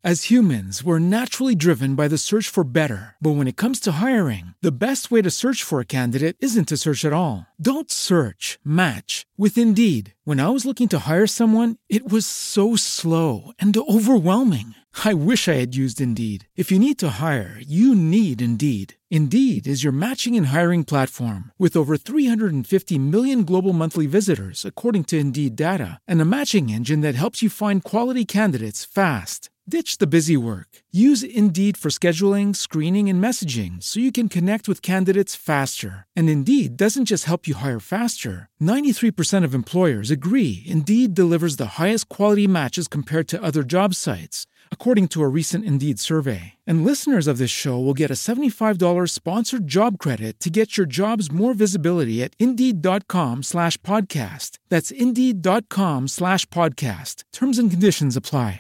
As humans, we're naturally driven by the search for better. But when it comes to hiring, the best way to search for a candidate isn't to search at all. Don't search, match with Indeed. When I was looking to hire someone, it was so slow and overwhelming. I wish I had used Indeed. If you need to hire, you need Indeed. Indeed is your matching and hiring platform with over 350 million global monthly visitors, according to Indeed data, and a matching engine that helps you find quality candidates fast. Ditch the busy work. Use Indeed for scheduling, screening, and messaging so you can connect with candidates faster. And Indeed doesn't just help you hire faster. 93% of employers agree Indeed delivers the highest quality matches compared to other job sites, according to a recent Indeed survey. And listeners of this show will get a $75 sponsored job credit to get your jobs more visibility at Indeed.com/podcast. That's Indeed.com/podcast. Terms and conditions apply.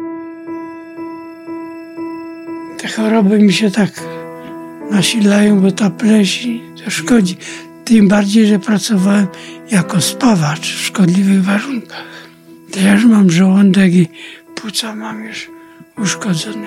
Te choroby mi się tak nasilają, bo ta pleśń to szkodzi. Tym bardziej, że pracowałem jako spawacz w szkodliwych warunkach. To ja już mam żołądek i płuca mam już uszkodzone.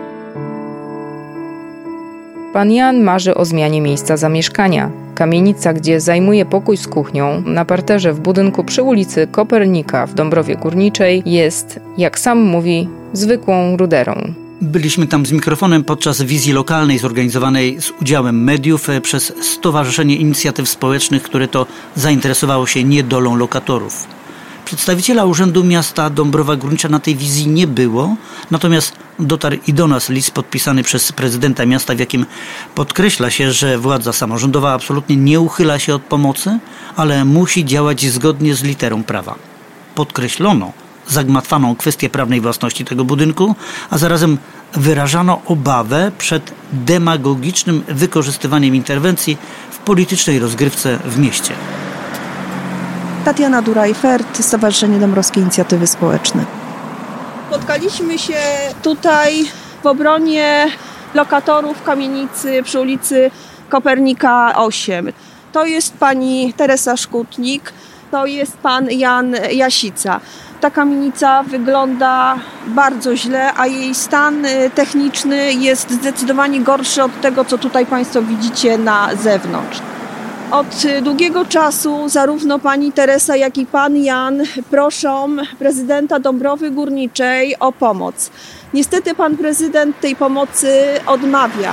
Pan Jan marzy o zmianie miejsca zamieszkania. Kamienica, gdzie zajmuje pokój z kuchnią, na parterze w budynku przy ulicy Kopernika w Dąbrowie Górniczej, jest, jak sam mówi, zwykłą ruderą. Byliśmy tam z mikrofonem podczas wizji lokalnej zorganizowanej z udziałem mediów przez Stowarzyszenie Inicjatyw Społecznych, które to zainteresowało się niedolą lokatorów. Przedstawiciela Urzędu Miasta Dąbrowa Górnicza na tej wizji nie było, natomiast dotarł i do nas list podpisany przez prezydenta miasta, w jakim podkreśla się, że władza samorządowa absolutnie nie uchyla się od pomocy, ale musi działać zgodnie z literą prawa. Podkreślono zagmatwaną kwestię prawnej własności tego budynku, a zarazem wyrażano obawę przed demagogicznym wykorzystywaniem interwencji w politycznej rozgrywce w mieście. Tatiana Duraj-Fert, Stowarzyszenie Dąbrowskie Inicjatywy Społeczne. Spotkaliśmy się tutaj w obronie lokatorów kamienicy przy ulicy Kopernika 8. To jest pani Teresa Szkutnik, to jest pan Jan Jasica. Ta kamienica wygląda bardzo źle, a jej stan techniczny jest zdecydowanie gorszy od tego, co tutaj państwo widzicie na zewnątrz. Od długiego czasu zarówno pani Teresa, jak i pan Jan proszą prezydenta Dąbrowy Górniczej o pomoc. Niestety pan prezydent tej pomocy odmawia.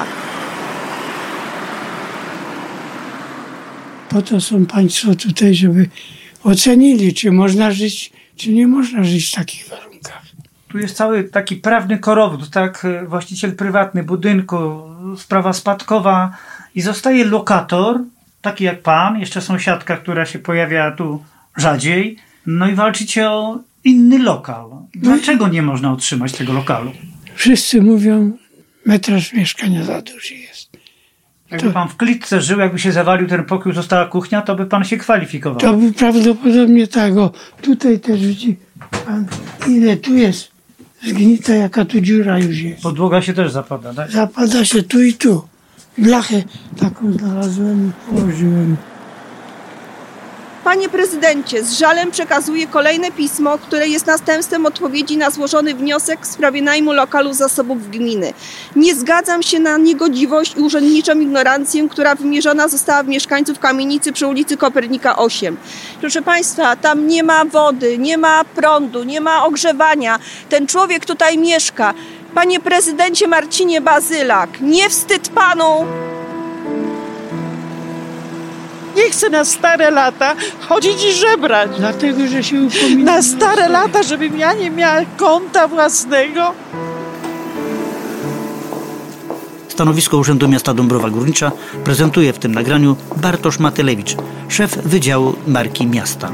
Po to są państwo tutaj, żeby ocenili, czy można żyć, czy nie można żyć w takich warunkach. Tu jest cały taki prawny korowód, tak? Właściciel prywatny budynku, sprawa spadkowa i zostaje lokator, taki jak pan, jeszcze sąsiadka, która się pojawia tu rzadziej, no i walczycie o inny lokal. Dlaczego nie można utrzymać tego lokalu? Wszyscy mówią, metraż mieszkania za duży jest. Jakby pan w klitce żył, jakby się zawalił ten pokój, została kuchnia, to by pan się kwalifikował. To by prawdopodobnie tak. O, tutaj też widzi pan, ile tu jest zgnita, jaka tu dziura już jest. Podłoga się też zapada, tak? Zapada się tu i tu. Blachę taką znalazłem i położyłem. Panie prezydencie, z żalem przekazuję kolejne pismo, które jest następstwem odpowiedzi na złożony wniosek w sprawie najmu lokalu zasobów gminy. Nie zgadzam się na niegodziwość i urzędniczą ignorancję, która wymierzona została w mieszkańców kamienicy przy ulicy Kopernika 8. Proszę państwa, tam nie ma wody, nie ma prądu, nie ma ogrzewania. Ten człowiek tutaj mieszka. Panie prezydencie Marcinie Bazylak, nie wstyd panu! Nie chcę na stare lata chodzić i żebrać. Dlatego, że się upominam. Na stare lata, żebym ja nie miała kąta własnego. Stanowisko Urzędu Miasta Dąbrowa Górnicza prezentuje w tym nagraniu Bartosz Matylewicz, szef Wydziału Marki Miasta.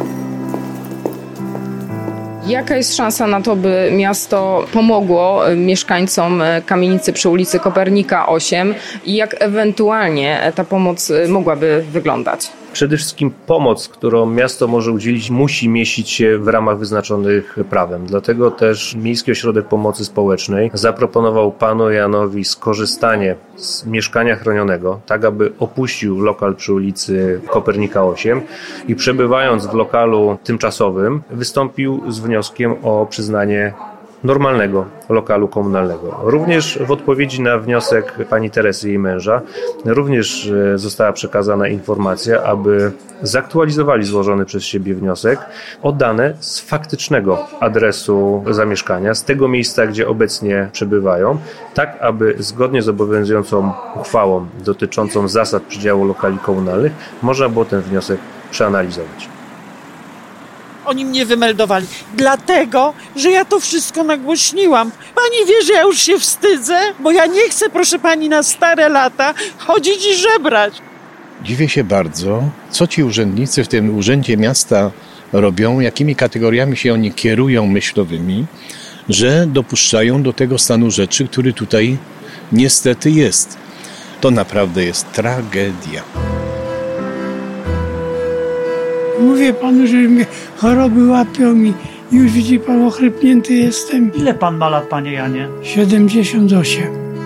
Jaka jest szansa na to, by miasto pomogło mieszkańcom kamienicy przy ulicy Kopernika 8 i jak ewentualnie ta pomoc mogłaby wyglądać? Przede wszystkim pomoc, którą miasto może udzielić, musi mieścić się w ramach wyznaczonych prawem. Dlatego też Miejski Ośrodek Pomocy Społecznej zaproponował panu Janowi skorzystanie z mieszkania chronionego, tak aby opuścił lokal przy ulicy Kopernika 8 i przebywając w lokalu tymczasowym wystąpił z wnioskiem o przyznanie normalnego lokalu komunalnego. Również w odpowiedzi na wniosek pani Teresy i jej męża również została przekazana informacja, aby zaktualizowali złożony przez siebie wniosek o dane z faktycznego adresu zamieszkania, z tego miejsca, gdzie obecnie przebywają, tak aby zgodnie z obowiązującą uchwałą dotyczącą zasad przydziału lokali komunalnych można było ten wniosek przeanalizować. Oni mnie wymeldowali, dlatego, że ja to wszystko nagłośniłam. Pani wie, że ja już się wstydzę, bo ja nie chcę, proszę pani, na stare lata chodzić i żebrać. Dziwię się bardzo, co ci urzędnicy w tym urzędzie miasta robią, jakimi kategoriami się oni kierują myślowymi, że dopuszczają do tego stanu rzeczy, który tutaj niestety jest. To naprawdę jest tragedia. Mówię panu, że mnie choroby łapią i już widzi pan, ochrypnięty jestem. Ile pan ma lat, panie Janie? 78.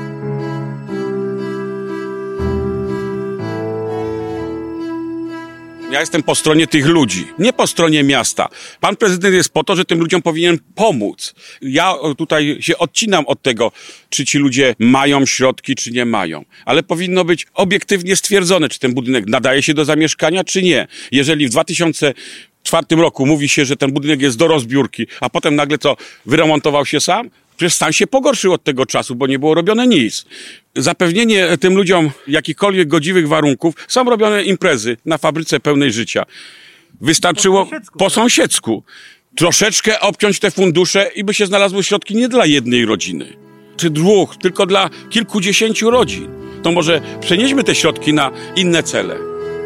Ja jestem po stronie tych ludzi, nie po stronie miasta. Pan prezydent jest po to, że tym ludziom powinien pomóc. Ja tutaj się odcinam od tego, czy ci ludzie mają środki, czy nie mają. Ale powinno być obiektywnie stwierdzone, czy ten budynek nadaje się do zamieszkania, czy nie. Jeżeli w 2004 roku mówi się, że ten budynek jest do rozbiórki, a potem nagle to wyremontował się sam, przecież stan się pogorszył od tego czasu, bo nie było robione nic. Zapewnienie tym ludziom jakichkolwiek godziwych warunków, są robione imprezy na fabryce pełnej życia. Wystarczyło po sąsiedzku troszeczkę obciąć te fundusze i by się znalazły środki nie dla jednej rodziny, czy dwóch, tylko dla kilkudziesięciu rodzin. To może przenieśmy te środki na inne cele.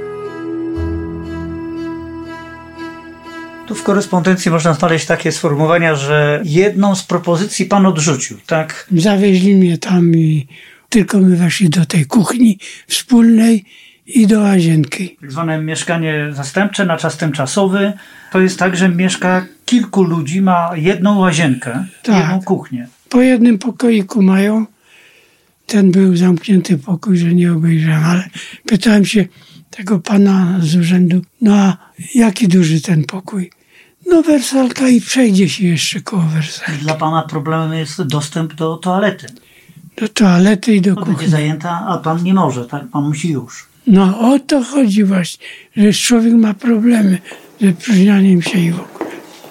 Tu w korespondencji można znaleźć takie sformułowania, że jedną z propozycji pan odrzucił, tak? Zawieźli mnie tam i tylko my weszli do tej kuchni wspólnej i do łazienki. Tak zwane mieszkanie zastępcze na czas tymczasowy. To jest tak, że mieszka kilku ludzi, ma jedną łazienkę, jedną kuchnię. Po jednym pokoiku mają. Ten był zamknięty pokój, że nie obejrzałem, ale pytałem się tego pana z urzędu, no a jaki duży ten pokój? No wersalka i przejdzie się jeszcze koło wersalki. Dla pana problemem jest dostęp do toalety. Do toalety i do kuchni. Będzie zajęta, a pan nie może, tak? Pan musi już. No o to chodzi właśnie, że człowiek ma problemy ze próżnianiem się i w ogóle.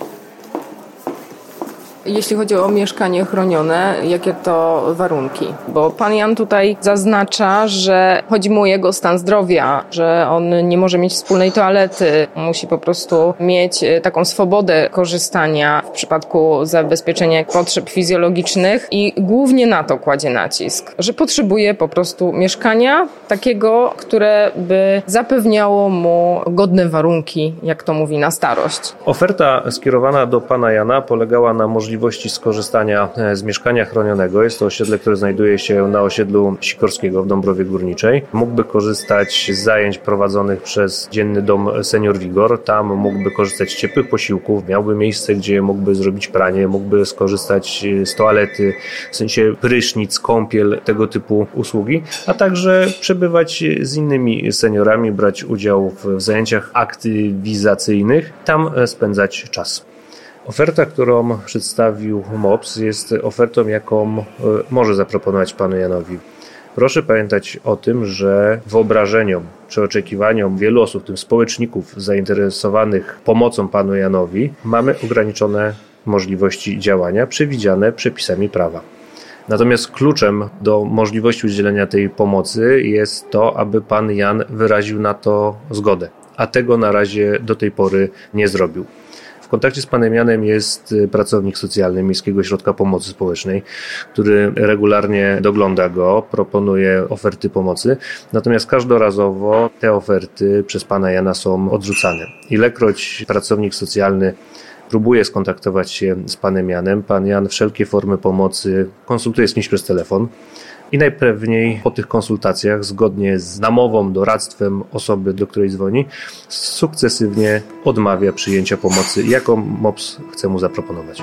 Jeśli chodzi o mieszkanie chronione, jakie to warunki? Bo pan Jan tutaj zaznacza, że chodzi mu o jego stan zdrowia, że on nie może mieć wspólnej toalety, musi po prostu mieć taką swobodę korzystania w przypadku zabezpieczenia potrzeb fizjologicznych i głównie na to kładzie nacisk, że potrzebuje po prostu mieszkania takiego, które by zapewniało mu godne warunki, jak to mówi, na starość. Oferta skierowana do pana Jana polegała na możliwości skorzystania z mieszkania chronionego. Jest to osiedle, które znajduje się na osiedlu Sikorskiego w Dąbrowie Górniczej. Mógłby korzystać z zajęć prowadzonych przez Dzienny Dom Senior Vigor. Tam mógłby korzystać z ciepłych posiłków, miałby miejsce, gdzie mógłby zrobić pranie, mógłby skorzystać z toalety, w sensie prysznic, kąpiel, tego typu usługi, a także przebywać z innymi seniorami, brać udział w zajęciach aktywizacyjnych, tam spędzać czas. Oferta, którą przedstawił MOPS, jest ofertą, jaką może zaproponować panu Janowi. Proszę pamiętać o tym, że wyobrażeniom czy oczekiwaniom wielu osób, w tym społeczników zainteresowanych pomocą panu Janowi, mamy ograniczone możliwości działania przewidziane przepisami prawa. Natomiast kluczem do możliwości udzielenia tej pomocy jest to, aby pan Jan wyraził na to zgodę, a tego na razie do tej pory nie zrobił. W kontakcie z panem Janem jest pracownik socjalny Miejskiego Ośrodka Pomocy Społecznej, który regularnie dogląda go, proponuje oferty pomocy, natomiast każdorazowo te oferty przez pana Jana są odrzucane. Ilekroć pracownik socjalny próbuje skontaktować się z panem Janem, pan Jan wszelkie formy pomocy konsultuje z kimś przez telefon i najpewniej po tych konsultacjach, zgodnie z namową, doradztwem osoby, do której dzwoni, sukcesywnie odmawia przyjęcia pomocy, jaką MOPS chce mu zaproponować.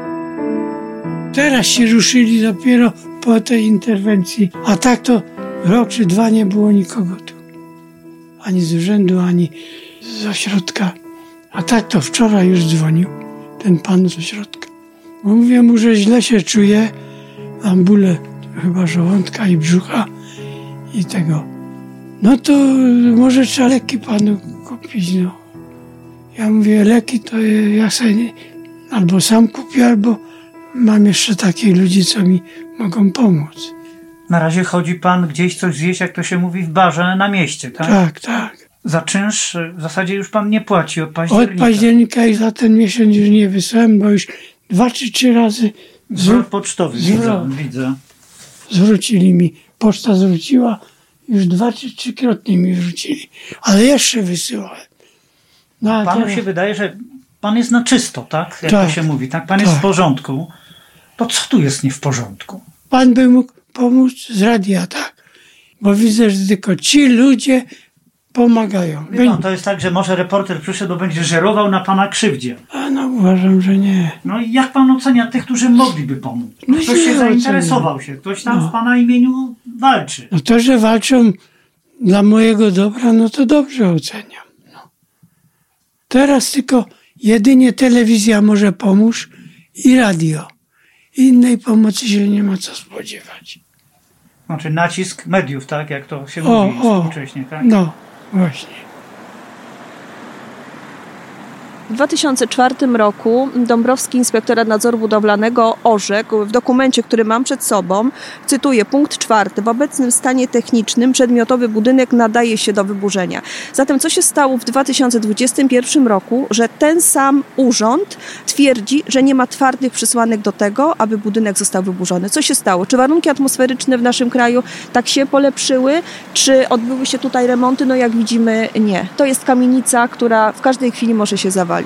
Teraz się ruszyli dopiero po tej interwencji, a tak to rok czy dwa nie było nikogo tu. Ani z urzędu, ani z ośrodka. A tak to wczoraj już dzwonił ten pan z ośrodka. Mówię mu, że źle się czuję. Mam bóle chyba żołądka i brzucha i tego. No to może trzeba leki panu kupić, no. Ja mówię, leki to ja sobie albo sam kupię, albo mam jeszcze takich ludzi, co mi mogą pomóc. Na razie chodzi pan gdzieś coś zjeść, jak to się mówi, w barze na mieście, tak? Tak, tak. Za czynsz w zasadzie już pan nie płaci od października. Od października i za ten miesiąc już nie wysłałem, bo już 2 czy 3 razy zwrot pocztowy, widzę. Zwrócili mi. Poczta zwróciła, już 2 czy 3-krotnie mi wrócili. Ale jeszcze wysyłałem. No, Panu się wydaje, że pan jest na czysto, tak? Jak to się mówi, tak? Pan jest w porządku. To co tu jest nie w porządku? Pan by mógł pomóc z radia, tak. Bo widzę, że tylko ci ludzie pomagają. Pan, to jest tak, że może reporter przyszedł, będzie żerował na pana krzywdzie. A no uważam, że nie. No i jak pan ocenia tych, którzy mogliby pomóc? No ktoś się zainteresował się, ktoś tam w pana imieniu walczy. No to, że walczą dla mojego dobra, no to dobrze oceniam. No. Teraz tylko jedynie telewizja może pomóc i radio. Innej pomocy się nie ma co spodziewać. Znaczy nacisk mediów, tak? Jak to się mówi współcześnie, tak? No, właśnie. W 2004 roku Dąbrowski Inspektorat Nadzoru Budowlanego orzekł w dokumencie, który mam przed sobą, cytuję, punkt 4. W obecnym stanie technicznym przedmiotowy budynek nadaje się do wyburzenia. Zatem co się stało w 2021 roku, że ten sam urząd twierdzi, że nie ma twardych przesłanek do tego, aby budynek został wyburzony? Co się stało? Czy warunki atmosferyczne w naszym kraju tak się polepszyły? Czy odbyły się tutaj remonty? No jak widzimy, nie. To jest kamienica, która w każdej chwili może się zawalić.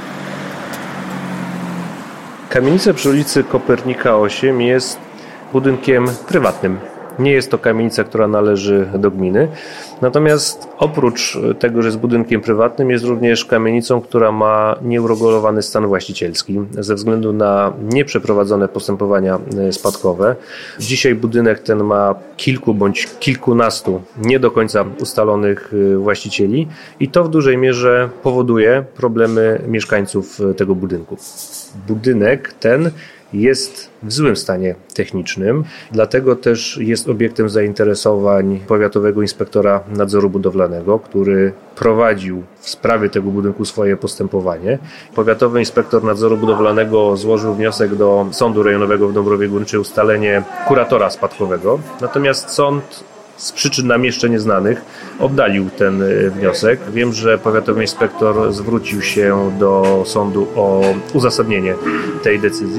Kamienica przy ulicy Kopernika 8 jest budynkiem prywatnym. Nie jest to kamienica, która należy do gminy. Natomiast oprócz tego, że jest budynkiem prywatnym, jest również kamienicą, która ma nieuregulowany stan właścicielski ze względu na nieprzeprowadzone postępowania spadkowe. Dzisiaj budynek ten ma kilku bądź kilkunastu nie do końca ustalonych właścicieli i to w dużej mierze powoduje problemy mieszkańców tego budynku. Budynek ten jest w złym stanie technicznym, dlatego też jest obiektem zainteresowań Powiatowego Inspektora Nadzoru Budowlanego, który prowadził w sprawie tego budynku swoje postępowanie. Powiatowy Inspektor Nadzoru Budowlanego złożył wniosek do Sądu Rejonowego w Dąbrowie Górniczej o ustalenie kuratora spadkowego, natomiast sąd z przyczyn nam jeszcze nieznanych oddalił ten wniosek. Wiem, że powiatowy inspektor zwrócił się do sądu o uzasadnienie tej decyzji.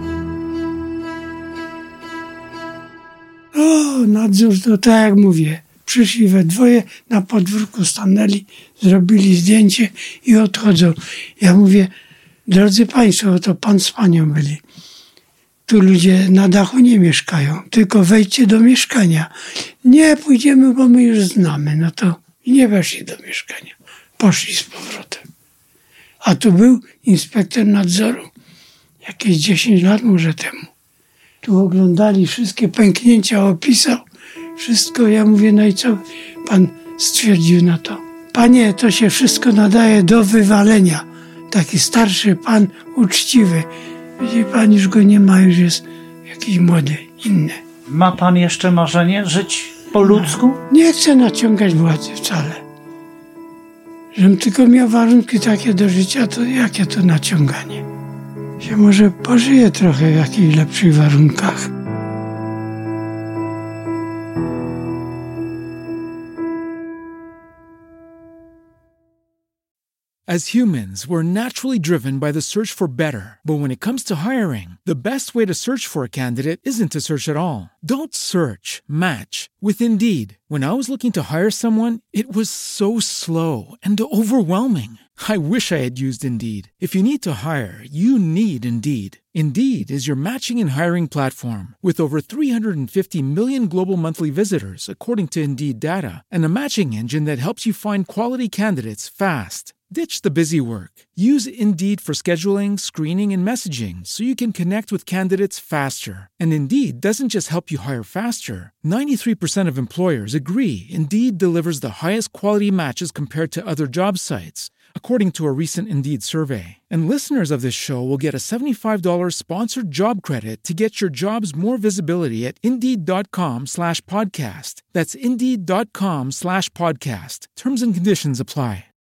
Nadzór to tak jak mówię. Przyszli we dwoje, na podwórku stanęli, zrobili zdjęcie i odchodzą. Ja mówię, drodzy państwo, to pan z panią byli. Tu ludzie na dachu nie mieszkają, tylko wejdźcie do mieszkania. Nie, pójdziemy, bo my już znamy. No to nie weszli do mieszkania. Poszli z powrotem. A tu był inspektor nadzoru. Jakieś 10 lat może temu. Tu oglądali wszystkie pęknięcia, opisał. Wszystko. Ja mówię, no i co pan stwierdził na to? Panie, to się wszystko nadaje do wywalenia. Taki starszy pan, uczciwy. Widzi pan, już go nie ma, już jest jakiś młody, inny. Ma pan jeszcze marzenie żyć po ludzku? Nie chcę naciągać władzy wcale. Żebym tylko miał warunki takie do życia, to jakie to naciąganie? Się może pożyje trochę w jakichś lepszych warunkach. As humans, we're naturally driven by the search for better. But when it comes to hiring, the best way to search for a candidate isn't to search at all. Don't search, match with Indeed. When I was looking to hire someone, it was so slow and overwhelming. I wish I had used Indeed. If you need to hire, you need Indeed. Indeed is your matching and hiring platform with over 350 million global monthly visitors, according to Indeed data, and a matching engine that helps you find quality candidates fast. Ditch the busy work. Use Indeed for scheduling, screening, and messaging so you can connect with candidates faster. And Indeed doesn't just help you hire faster. 93% of employers agree Indeed delivers the highest quality matches compared to other job sites. according to a recent Indeed survey. And listeners of this show will get a $75 sponsored job credit to get your jobs more visibility at Indeed.com/podcast. That's Indeed.com/podcast. Terms and conditions apply.